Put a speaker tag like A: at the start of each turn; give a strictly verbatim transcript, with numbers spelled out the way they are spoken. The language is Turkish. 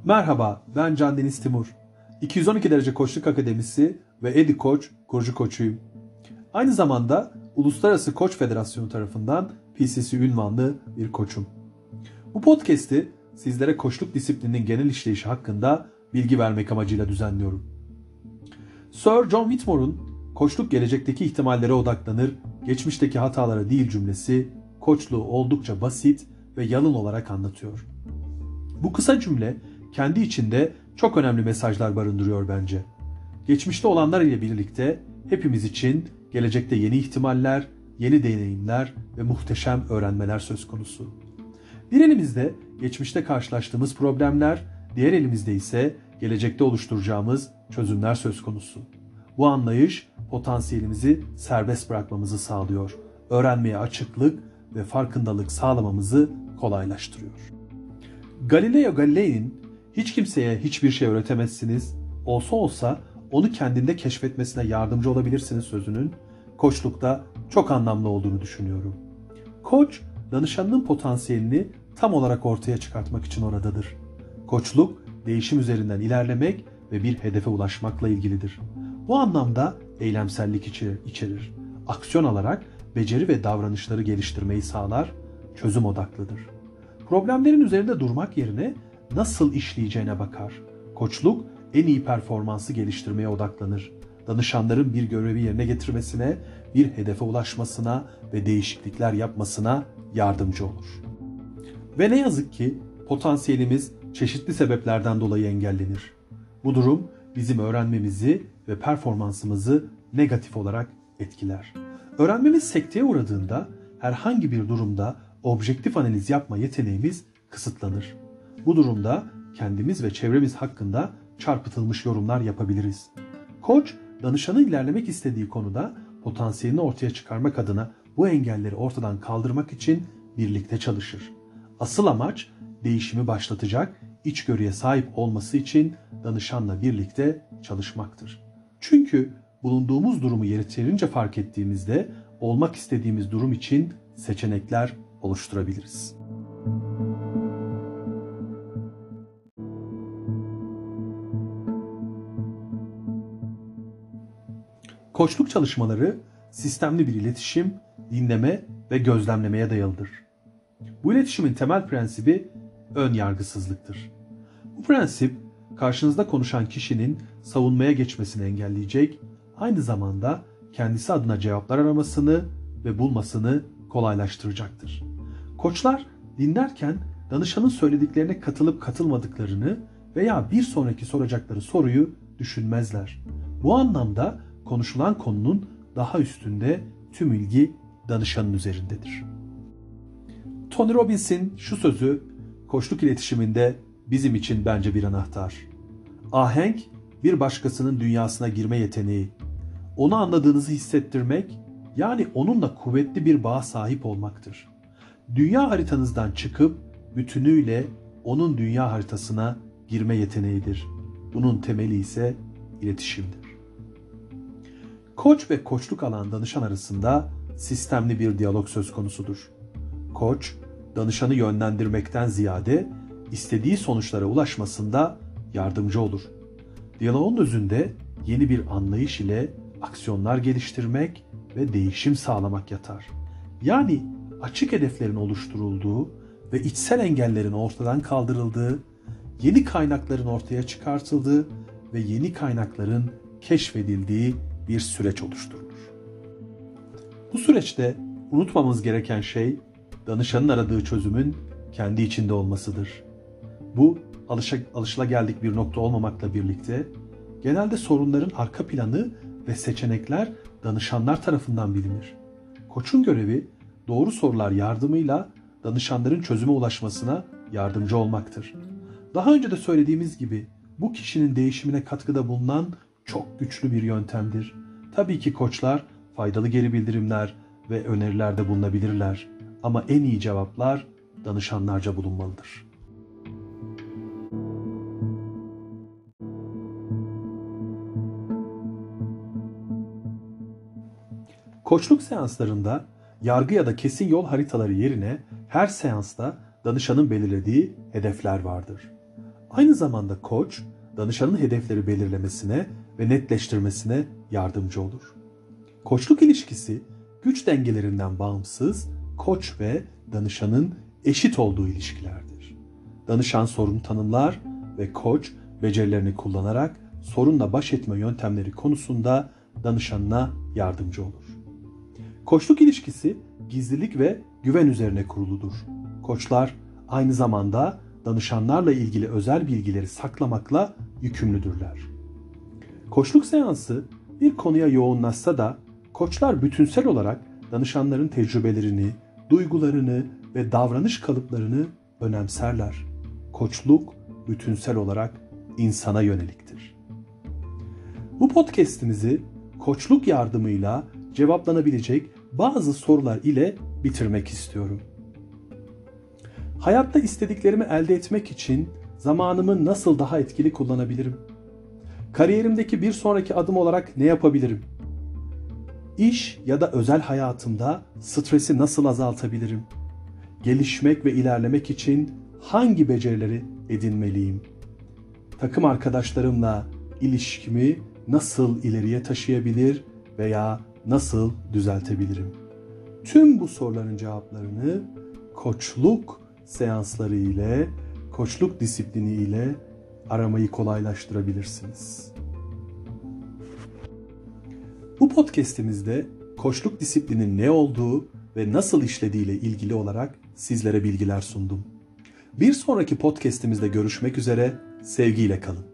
A: Merhaba, ben Can Deniz Timur. iki yüz on iki derece Koçluk Akademisi ve Edi Koç kurucu koçuyum. Aynı zamanda Uluslararası Koç Federasyonu tarafından P C C ünvanlı bir koçum. Bu podcast'i sizlere koçluk disiplininin genel işleyişi hakkında bilgi vermek amacıyla düzenliyorum. Sir John Whitmore'un koçluk gelecekteki ihtimallere odaklanır, geçmişteki hatalara değil cümlesi koçluğu oldukça basit ve yalın olarak anlatıyor. Bu kısa cümle kendi içinde çok önemli mesajlar barındırıyor bence. Geçmişte olanlar ile birlikte hepimiz için gelecekte yeni ihtimaller, yeni deneyimler ve muhteşem öğrenmeler söz konusu. Bir elimizde geçmişte karşılaştığımız problemler, diğer elimizde ise gelecekte oluşturacağımız çözümler söz konusu. Bu anlayış potansiyelimizi serbest bırakmamızı sağlıyor. Öğrenmeye açıklık ve farkındalık sağlamamızı kolaylaştırıyor. Galileo Galilei'nin hiç kimseye hiçbir şey öğretemezsiniz, olsa olsa onu kendinde keşfetmesine yardımcı olabilirsiniz sözünün koçlukta çok anlamlı olduğunu düşünüyorum. Koç, danışanının potansiyelini tam olarak ortaya çıkartmak için oradadır. Koçluk, değişim üzerinden ilerlemek ve bir hedefe ulaşmakla ilgilidir. Bu anlamda eylemsellik içerir. Aksiyon alarak beceri ve davranışları geliştirmeyi sağlar, çözüm odaklıdır. Problemlerin üzerinde durmak yerine nasıl işleyeceğine bakar. Koçluk en iyi performansı geliştirmeye odaklanır. Danışanların bir görevi yerine getirmesine, bir hedefe ulaşmasına ve değişiklikler yapmasına yardımcı olur. Ve ne yazık ki potansiyelimiz çeşitli sebeplerden dolayı engellenir. Bu durum bizim öğrenmemizi ve performansımızı negatif olarak etkiler. Öğrenmemiz sekteye uğradığında herhangi bir durumda objektif analiz yapma yeteneğimiz kısıtlanır. Bu durumda kendimiz ve çevremiz hakkında çarpıtılmış yorumlar yapabiliriz. Koç, danışanın ilerlemek istediği konuda potansiyelini ortaya çıkarmak adına bu engelleri ortadan kaldırmak için birlikte çalışır. Asıl amaç değişimi başlatacak içgörüye sahip olması için danışanla birlikte çalışmaktır. Çünkü bulunduğumuz durumu yeterince fark ettiğimizde olmak istediğimiz durum için seçenekler oluşturabiliriz. Koçluk çalışmaları sistemli bir iletişim, dinleme ve gözlemlemeye dayalıdır. Bu iletişimin temel prensibi ön yargısızlıktır. Bu prensip karşınızda konuşan kişinin savunmaya geçmesini engelleyecek, aynı zamanda kendisi adına cevaplar aramasını ve bulmasını kolaylaştıracaktır. Koçlar dinlerken danışanın söylediklerine katılıp katılmadıklarını veya bir sonraki soracakları soruyu düşünmezler. Bu anlamda konuşulan konunun daha üstünde tüm ilgi danışanın üzerindedir. Tony Robbins'in şu sözü koçluk iletişiminde bizim için bence bir anahtar. Ahenk bir başkasının dünyasına girme yeteneği. Onu anladığınızı hissettirmek, yani onunla kuvvetli bir bağa sahip olmaktır. Dünya haritanızdan çıkıp bütünüyle onun dünya haritasına girme yeteneğidir. Bunun temeli ise iletişimdir. Koç ve koçluk alan danışan arasında sistemli bir diyalog söz konusudur. Koç, danışanı yönlendirmekten ziyade istediği sonuçlara ulaşmasında yardımcı olur. Diyaloğun özünde yeni bir anlayış ile aksiyonlar geliştirmek ve değişim sağlamak yatar. Yani açık hedeflerin oluşturulduğu ve içsel engellerin ortadan kaldırıldığı, yeni kaynakların ortaya çıkartıldığı ve yeni kaynakların keşfedildiği bir süreç oluşturulur. Bu süreçte unutmamamız gereken şey danışanın aradığı çözümün kendi içinde olmasıdır. Bu alışılageldik bir nokta olmamakla birlikte genelde sorunların arka planı ve seçenekler danışanlar tarafından bilinir. Koçun görevi doğru sorular yardımıyla danışanların çözüme ulaşmasına yardımcı olmaktır. Daha önce de söylediğimiz gibi bu kişinin değişimine katkıda bulunan çok güçlü bir yöntemdir. Tabii ki koçlar faydalı geri bildirimler ve önerilerde bulunabilirler. Ama en iyi cevaplar danışanlarca bulunmalıdır. Koçluk seanslarında yargı ya da kesin yol haritaları yerine her seansta danışanın belirlediği hedefler vardır. Aynı zamanda koç, danışanın hedefleri belirlemesine ve netleştirmesine yardımcı olur. Koçluk ilişkisi güç dengelerinden bağımsız, koç ve danışanın eşit olduğu ilişkilerdir. Danışan sorunu tanımlar ve koç becerilerini kullanarak sorunla baş etme yöntemleri konusunda danışanına yardımcı olur. Koçluk ilişkisi gizlilik ve güven üzerine kuruludur. Koçlar aynı zamanda danışanlarla ilgili özel bilgileri saklamakla yükümlüdürler. Koçluk seansı bir konuya yoğunlaşsa da koçlar bütünsel olarak danışanların tecrübelerini, duygularını ve davranış kalıplarını önemserler. Koçluk bütünsel olarak insana yöneliktir. Bu podcast'imizi koçluk yardımıyla cevaplanabilecek bazı sorular ile bitirmek istiyorum. Hayatta istediklerimi elde etmek için zamanımı nasıl daha etkili kullanabilirim? Kariyerimdeki bir sonraki adım olarak ne yapabilirim? İş ya da özel hayatımda stresi nasıl azaltabilirim? Gelişmek ve ilerlemek için hangi becerileri edinmeliyim? Takım arkadaşlarımla ilişkimi nasıl ileriye taşıyabilir veya nasıl düzeltebilirim? Tüm bu soruların cevaplarını koçluk seansları ile, koçluk disiplini ile aramayı kolaylaştırabilirsiniz. Bu podcast'imizde koçluk disiplinin ne olduğu ve nasıl işlediği ile ilgili olarak sizlere bilgiler sundum. Bir sonraki podcast'imizde görüşmek üzere, sevgiyle kalın.